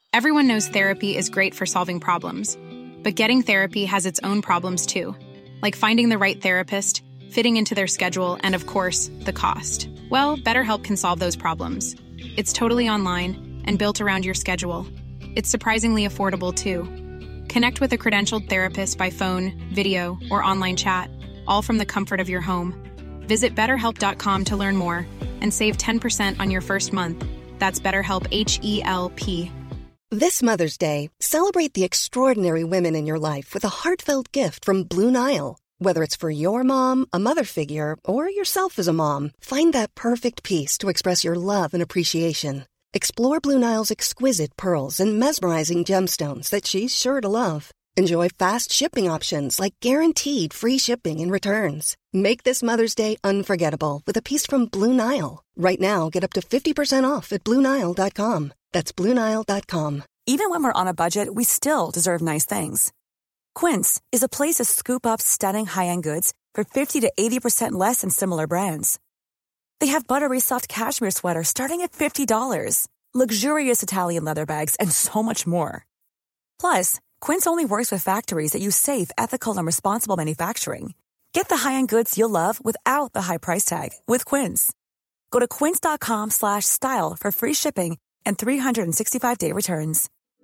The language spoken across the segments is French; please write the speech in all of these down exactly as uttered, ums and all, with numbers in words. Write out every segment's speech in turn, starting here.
Everyone knows therapy is great for solving problems, but getting therapy has its own problems too, like finding the right therapist, fitting into their schedule, and of course, the cost. Well, BetterHelp can solve those problems. It's totally online and built around your schedule. It's surprisingly affordable too. Connect with a credentialed therapist by phone, video, or online chat, all from the comfort of your home. Visit better help dot com to learn more and save ten percent on your first month. That's BetterHelp, H E L P. This Mother's Day, celebrate the extraordinary women in your life with a heartfelt gift from Blue Nile. Whether it's for your mom, a mother figure, or yourself as a mom, find that perfect piece to express your love and appreciation. Explore Blue Nile's exquisite pearls and mesmerizing gemstones that she's sure to love. Enjoy fast shipping options like guaranteed free shipping and returns. Make this Mother's Day unforgettable with a piece from Blue Nile. Right now, get up to fifty percent off at blue nile dot com. That's blue nile dot com. Even when we're on a budget, we still deserve nice things. Quince is a place to scoop up stunning high-end goods for fifty to eighty percent less than similar brands. They have buttery soft cashmere sweaters starting at fifty dollars, luxurious Italian leather bags, and so much more. Plus, Quince only works with factories that use safe, ethical, and responsible manufacturing. Get the high-end goods you'll love without the high price tag with Quince. Go to quince dot com slash style for free shipping and three sixty-five day returns.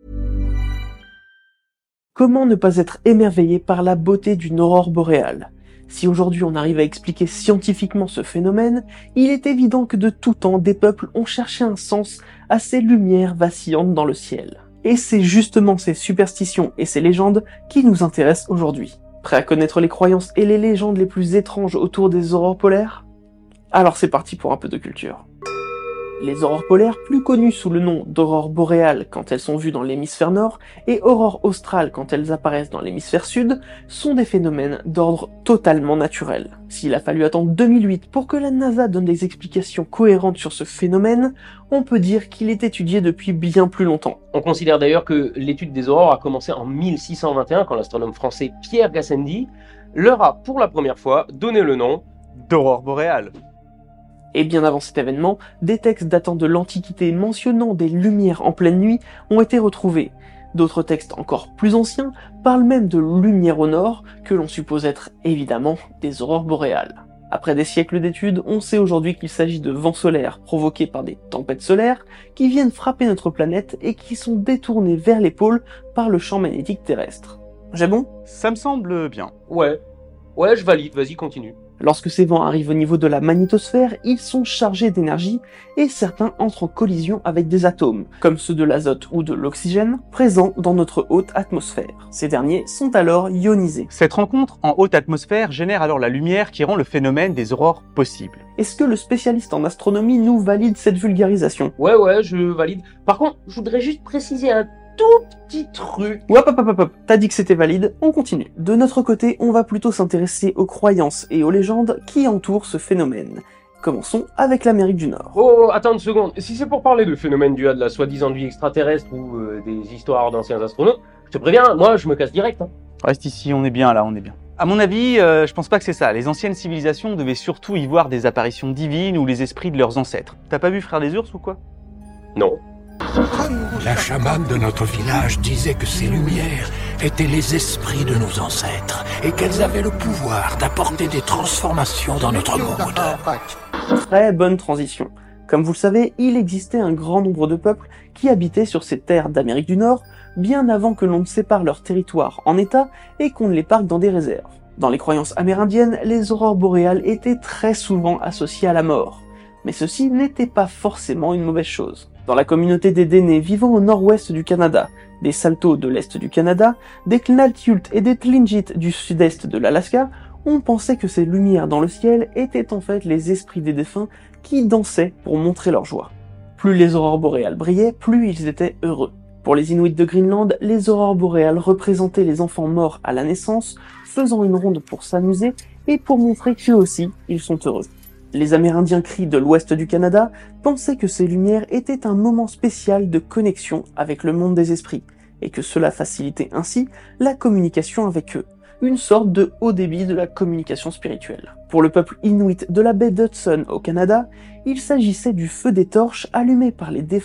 Comment ne pas être émerveillé par la beauté d'une aurore boréale? Si aujourd'hui on arrive à expliquer scientifiquement ce phénomène, il est évident que de tout temps des peuples ont cherché un sens à ces lumières vacillantes dans le ciel. Et c'est justement ces superstitions et ces légendes qui nous intéressent aujourd'hui. Prêt à connaître les croyances et les légendes les plus étranges autour des aurores polaires? Alors c'est parti pour un peu de culture. Les aurores polaires, plus connues sous le nom d'aurores boréales quand elles sont vues dans l'hémisphère nord et aurores australes quand elles apparaissent dans l'hémisphère sud, sont des phénomènes d'ordre totalement naturel. S'il a fallu attendre deux mille huit pour que la NASA donne des explications cohérentes sur ce phénomène, on peut dire qu'il est étudié depuis bien plus longtemps. On considère d'ailleurs que l'étude des aurores a commencé en mille six cent vingt et un quand l'astronome français Pierre Gassendi leur a pour la première fois donné le nom d'aurore boréale. Et bien avant cet événement, des textes datant de l'Antiquité mentionnant des lumières en pleine nuit ont été retrouvés. D'autres textes encore plus anciens parlent même de lumières au nord, que l'on suppose être évidemment des aurores boréales. Après des siècles d'études, on sait aujourd'hui qu'il s'agit de vents solaires provoqués par des tempêtes solaires qui viennent frapper notre planète et qui sont détournés vers les pôles par le champ magnétique terrestre. J'ai bon? Ça me semble bien. Ouais, ouais, je valide, vas-y, continue. Lorsque ces vents arrivent au niveau de la magnétosphère, ils sont chargés d'énergie et certains entrent en collision avec des atomes, comme ceux de l'azote ou de l'oxygène, présents dans notre haute atmosphère. Ces derniers sont alors ionisés. Cette rencontre en haute atmosphère génère alors la lumière qui rend le phénomène des aurores possible. Est-ce que le spécialiste en astronomie nous valide cette vulgarisation? Ouais, ouais, je valide. Par contre, je voudrais juste préciser un tout petit truc. Hop, hop, hop, hop, t'as dit que c'était valide, on continue. De notre côté, on va plutôt s'intéresser aux croyances et aux légendes qui entourent ce phénomène. Commençons avec l'Amérique du Nord. Oh, attends une seconde. Si c'est pour parler de phénomène dû à de la soi-disant vie extraterrestre ou euh, des histoires d'anciens astronautes, je te préviens, moi je me casse direct. Hein. Reste ici, on est bien là, on est bien. À mon avis, euh, je pense pas que c'est ça. Les anciennes civilisations devaient surtout y voir des apparitions divines ou les esprits de leurs ancêtres. T'as pas vu Frères des Ours ou quoi? Non. La chamane de notre village disait que ces lumières étaient les esprits de nos ancêtres et qu'elles avaient le pouvoir d'apporter des transformations dans notre monde. Très bonne transition. Comme vous le savez, il existait un grand nombre de peuples qui habitaient sur ces terres d'Amérique du Nord bien avant que l'on ne sépare leur territoire en États et qu'on ne les parque dans des réserves. Dans les croyances amérindiennes, les aurores boréales étaient très souvent associées à la mort. Mais ceci n'était pas forcément une mauvaise chose. Dans la communauté des Dénés vivant au nord-ouest du Canada, des Saltos de l'est du Canada, des Knaltiult et des Tlingit du sud-est de l'Alaska, on pensait que ces lumières dans le ciel étaient en fait les esprits des défunts qui dansaient pour montrer leur joie. Plus les aurores boréales brillaient, plus ils étaient heureux. Pour les Inuits de Greenland, les aurores boréales représentaient les enfants morts à la naissance, faisant une ronde pour s'amuser et pour montrer qu'eux aussi, ils sont heureux. Les Amérindiens Cris de l'ouest du Canada pensaient que ces lumières étaient un moment spécial de connexion avec le monde des esprits, et que cela facilitait ainsi la communication avec eux, une sorte de haut débit de la communication spirituelle. Pour le peuple inuit de la baie d'Hudson au Canada, il s'agissait du feu des torches allumé par les défunts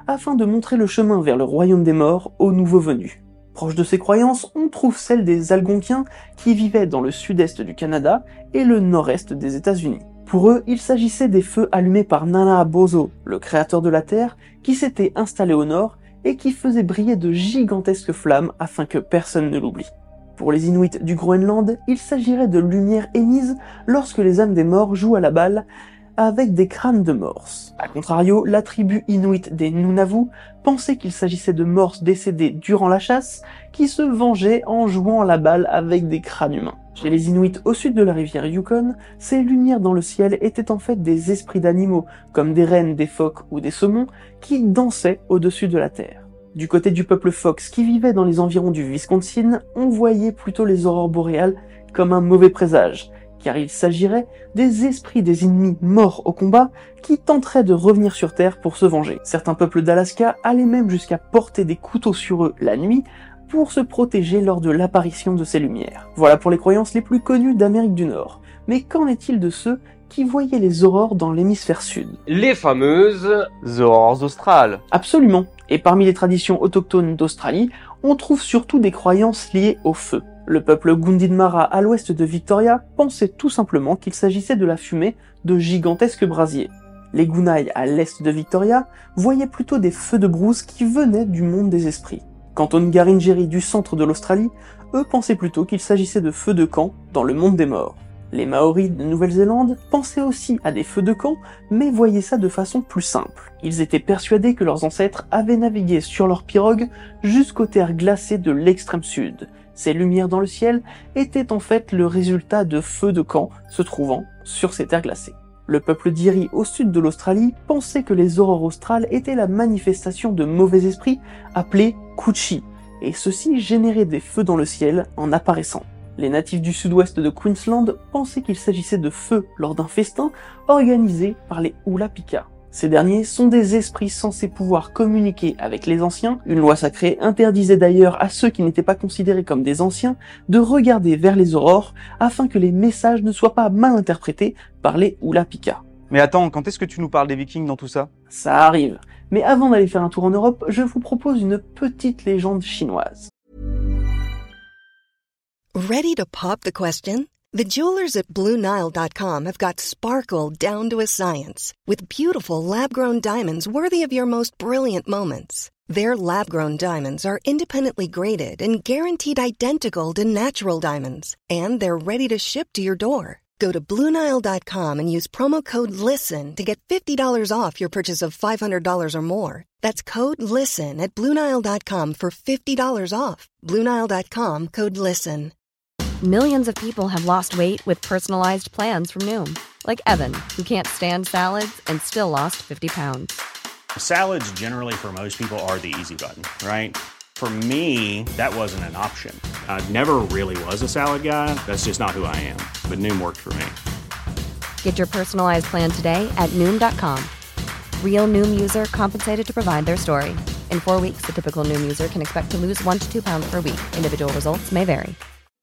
afin de montrer le chemin vers le royaume des morts aux nouveaux venus. Proche de ces croyances, on trouve celle des Algonquiens qui vivaient dans le sud-est du Canada et le nord-est des États-Unis. Pour eux, il s'agissait des feux allumés par Nanahabozo, le créateur de la Terre, qui s'était installé au nord et qui faisait briller de gigantesques flammes afin que personne ne l'oublie. Pour les Inuits du Groenland, il s'agirait de lumière émise lorsque les âmes des morts jouent à la balle avec des crânes de morses. A contrario, la tribu Inuit des Nunavut pensait qu'il s'agissait de morses décédés durant la chasse qui se vengeaient en jouant à la balle avec des crânes humains. Chez les Inuits au sud de la rivière Yukon, ces lumières dans le ciel étaient en fait des esprits d'animaux, comme des rennes, des phoques ou des saumons, qui dansaient au-dessus de la terre. Du côté du peuple Fox qui vivait dans les environs du Wisconsin, on voyait plutôt les aurores boréales comme un mauvais présage, car il s'agirait des esprits des ennemis morts au combat qui tenteraient de revenir sur Terre pour se venger. Certains peuples d'Alaska allaient même jusqu'à porter des couteaux sur eux la nuit pour se protéger lors de l'apparition de ces lumières. Voilà pour les croyances les plus connues d'Amérique du Nord. Mais qu'en est-il de ceux qui voyaient les aurores dans l'hémisphère sud? Les fameuses aurores australes. Absolument. Et parmi les traditions autochtones d'Australie, on trouve surtout des croyances liées au feu. Le peuple Gunditjmara à l'ouest de Victoria pensait tout simplement qu'il s'agissait de la fumée de gigantesques brasiers. Les Gunai à l'est de Victoria voyaient plutôt des feux de brousse qui venaient du monde des esprits. Quant aux Ngarrindjeri du centre de l'Australie, eux pensaient plutôt qu'il s'agissait de feux de camp dans le monde des morts. Les Maoris de Nouvelle-Zélande pensaient aussi à des feux de camp, mais voyaient ça de façon plus simple. Ils étaient persuadés que leurs ancêtres avaient navigué sur leurs pirogues jusqu'aux terres glacées de l'extrême sud. Ces lumières dans le ciel étaient en fait le résultat de feux de camp se trouvant sur ces terres glacées. Le peuple d'Iri au sud de l'Australie pensait que les aurores australes étaient la manifestation de mauvais esprits appelés Kuchi, et ceux-ci généraient des feux dans le ciel en apparaissant. Les natifs du sud-ouest de Queensland pensaient qu'il s'agissait de feux lors d'un festin organisé par les Hula Pika. Ces derniers sont des esprits censés pouvoir communiquer avec les anciens. Une loi sacrée interdisait d'ailleurs à ceux qui n'étaient pas considérés comme des anciens de regarder vers les aurores afin que les messages ne soient pas mal interprétés par les Hula Pika. Mais attends, quand est-ce que tu nous parles des Vikings dans tout ça? Ça arrive. Mais avant d'aller faire un tour en Europe, je vous propose une petite légende chinoise. Ready to pop the question? The jewelers at Blue Nile dot com have got sparkle down to a science with beautiful lab-grown diamonds worthy of your most brilliant moments. Their lab-grown diamonds are independently graded and guaranteed identical to natural diamonds, and they're ready to ship to your door. Go to Blue Nile dot com and use promo code LISTEN to get fifty dollars off your purchase of five hundred dollars or more. That's code LISTEN at Blue Nile dot com for fifty dollars off. Blue Nile dot com, code LISTEN. Millions of people have lost weight with personalized plans from Noom. Like Evan, who can't stand salads and still lost fifty pounds. Salads generally for most people are the easy button, right? For me, that wasn't an option. I never really was a salad guy. That's just not who I am. But Noom worked for me. Get your personalized plan today at Noom dot com. Real Noom user compensated to provide their story. In four weeks, the typical Noom user can expect to lose one to two pounds per week. Individual results may vary.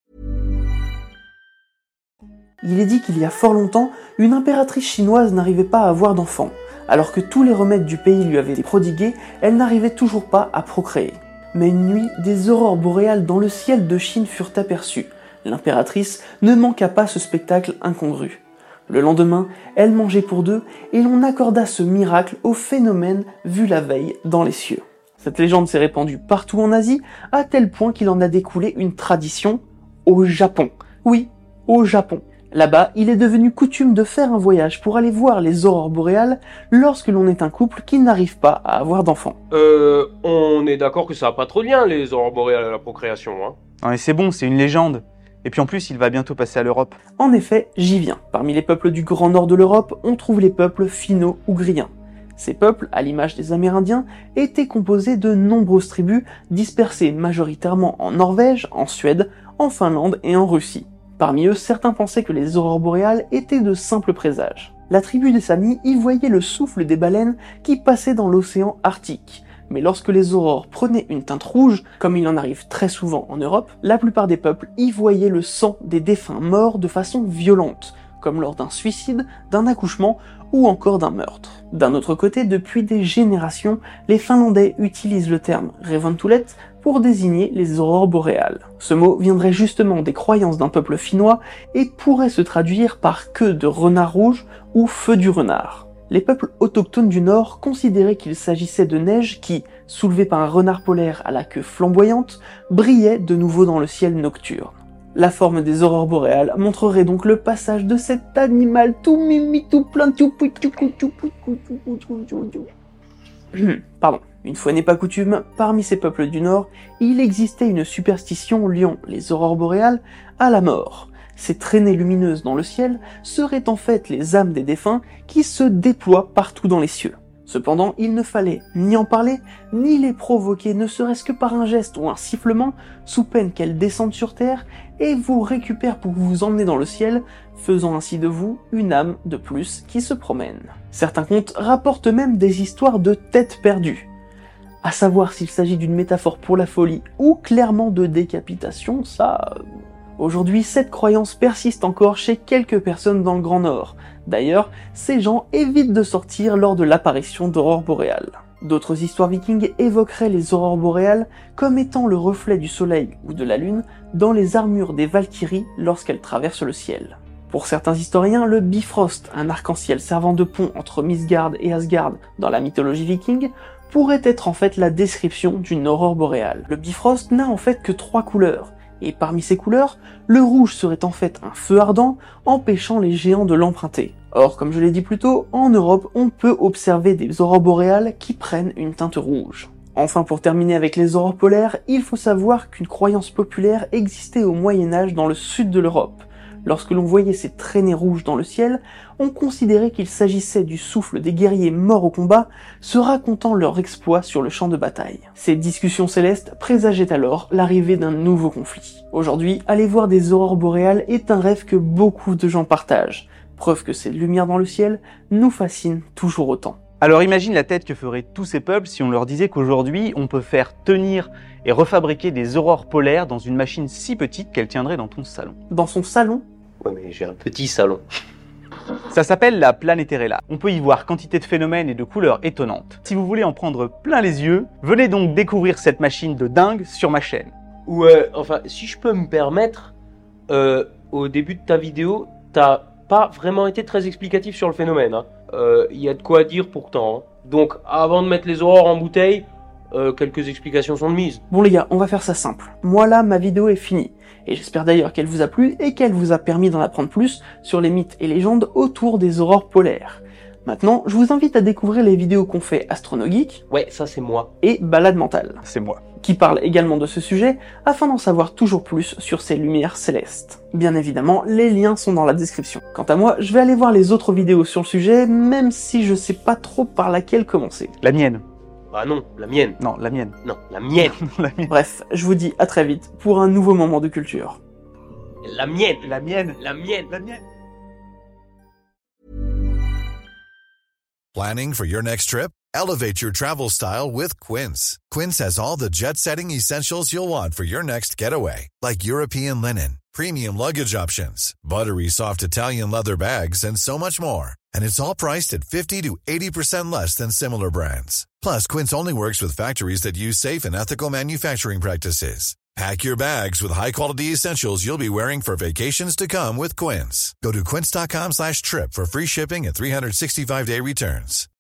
Il est dit qu'il y a fort longtemps, une impératrice chinoise n'arrivait pas à avoir d'enfants. Alors que tous les remèdes du pays lui avaient été prodigués, elle n'arrivait toujours pas à procréer. Mais une nuit, des aurores boréales dans le ciel de Chine furent aperçues. L'impératrice ne manqua pas ce spectacle incongru. Le lendemain, elle mangeait pour deux et l'on accorda ce miracle au phénomène vu la veille dans les cieux. Cette légende s'est répandue partout en Asie, à tel point qu'il en a découlé une tradition au Japon. Oui, au Japon. Là-bas, il est devenu coutume de faire un voyage pour aller voir les aurores boréales lorsque l'on est un couple qui n'arrive pas à avoir d'enfants. Euh, on est d'accord que ça n'a pas trop de lien, les aurores boréales à la procréation, hein. Non mais c'est bon, c'est une légende. Et puis en plus, il va bientôt passer à l'Europe. En effet, j'y viens. Parmi les peuples du grand nord de l'Europe, on trouve les peuples finno-ougriens. Ces peuples, à l'image des Amérindiens, étaient composés de nombreuses tribus dispersées majoritairement en Norvège, en Suède, en Finlande et en Russie. Parmi eux, certains pensaient que les aurores boréales étaient de simples présages. La tribu des Samis y voyait le souffle des baleines qui passaient dans l'océan Arctique. Mais lorsque les aurores prenaient une teinte rouge, comme il en arrive très souvent en Europe, la plupart des peuples y voyaient le sang des défunts morts de façon violente, comme lors d'un suicide, d'un accouchement ou encore d'un meurtre. D'un autre côté, depuis des générations, les Finlandais utilisent le terme revontulet pour désigner les aurores boréales. Ce mot viendrait justement des croyances d'un peuple finnois et pourrait se traduire par queue de renard rouge ou feu du renard. Les peuples autochtones du Nord considéraient qu'il s'agissait de neige qui, soulevée par un renard polaire à la queue flamboyante, brillait de nouveau dans le ciel nocturne. La forme des aurores boréales montrerait donc le passage de cet animal tout mimi, tout plein, tout Pardon, une fois n'est pas coutume, parmi ces peuples du Nord, il existait une superstition liant les aurores boréales à la mort. Ces traînées lumineuses dans le ciel seraient en fait les âmes des défunts qui se déploient partout dans les cieux. Cependant, il ne fallait ni en parler, ni les provoquer, ne serait-ce que par un geste ou un sifflement, sous peine qu'elles descendent sur terre et vous récupèrent pour vous emmener dans le ciel, faisant ainsi de vous une âme de plus qui se promène. Certains contes rapportent même des histoires de têtes perdues. À savoir s'il s'agit d'une métaphore pour la folie ou clairement de décapitation, ça... Aujourd'hui, cette croyance persiste encore chez quelques personnes dans le Grand Nord. D'ailleurs, ces gens évitent de sortir lors de l'apparition d'aurores boréales. D'autres histoires vikings évoqueraient les aurores boréales comme étant le reflet du soleil ou de la lune dans les armures des Valkyries lorsqu'elles traversent le ciel. Pour certains historiens, le Bifrost, un arc-en-ciel servant de pont entre Midgard et Asgard dans la mythologie viking, pourrait être en fait la description d'une aurore boréale. Le Bifrost n'a en fait que trois couleurs, et parmi ces couleurs, le rouge serait en fait un feu ardent, empêchant les géants de l'emprunter. Or, comme je l'ai dit plus tôt, en Europe, on peut observer des aurores boréales qui prennent une teinte rouge. Enfin, pour terminer avec les aurores polaires, il faut savoir qu'une croyance populaire existait au Moyen-Âge dans le sud de l'Europe. Lorsque l'on voyait ces traînées rouges dans le ciel, on considérait qu'il s'agissait du souffle des guerriers morts au combat, se racontant leurs exploits sur le champ de bataille. Ces discussions célestes présageaient alors l'arrivée d'un nouveau conflit. Aujourd'hui, aller voir des aurores boréales est un rêve que beaucoup de gens partagent, preuve que ces lumières dans le ciel nous fascinent toujours autant. Alors imagine la tête que feraient tous ces peuples si on leur disait qu'aujourd'hui on peut faire tenir et refabriquer des aurores polaires dans une machine si petite qu'elle tiendrait dans ton salon. Dans son salon ? Ouais, mais j'ai un petit salon. Ça s'appelle la Planeterella. On peut y voir quantité de phénomènes et de couleurs étonnantes. Si vous voulez en prendre plein les yeux, venez donc découvrir cette machine de dingue sur ma chaîne. Ouais, enfin, si je peux me permettre, euh, au début de ta vidéo, t'as pas vraiment été très explicatif sur le phénomène. Hein. Euh, y a de quoi dire pourtant. Hein. Donc, avant de mettre les aurores en bouteille, euh, quelques explications sont de mise. Bon les gars, on va faire ça simple. Moi là, ma vidéo est finie. Et j'espère d'ailleurs qu'elle vous a plu et qu'elle vous a permis d'en apprendre plus sur les mythes et légendes autour des aurores polaires. Maintenant, je vous invite à découvrir les vidéos qu'ont fait Astronogeek. Ouais, ça c'est moi. Et Balade Mentale. C'est moi. Qui parlent également de ce sujet, afin d'en savoir toujours plus sur ces lumières célestes. Bien évidemment, les liens sont dans la description. Quant à moi, je vais aller voir les autres vidéos sur le sujet, même si je sais pas trop par laquelle commencer. La mienne. Ah non, la mienne. Non, la mienne. Non, la mienne. La mienne. Bref, je vous dis à très vite pour un nouveau moment de culture. La mienne. La mienne. La mienne. La mienne. Planning for your next trip? Elevate your travel style with Quince. Quince has all the jet-setting essentials you'll want for your next getaway, like European linen, premium luggage options, buttery soft Italian leather bags, and so much more. And it's all priced at fifty to eighty percent less than similar brands. Plus, Quince only works with factories that use safe and ethical manufacturing practices. Pack your bags with high-quality essentials you'll be wearing for vacations to come with Quince. Go to quince dot com slash trip for free shipping and three sixty-five day returns.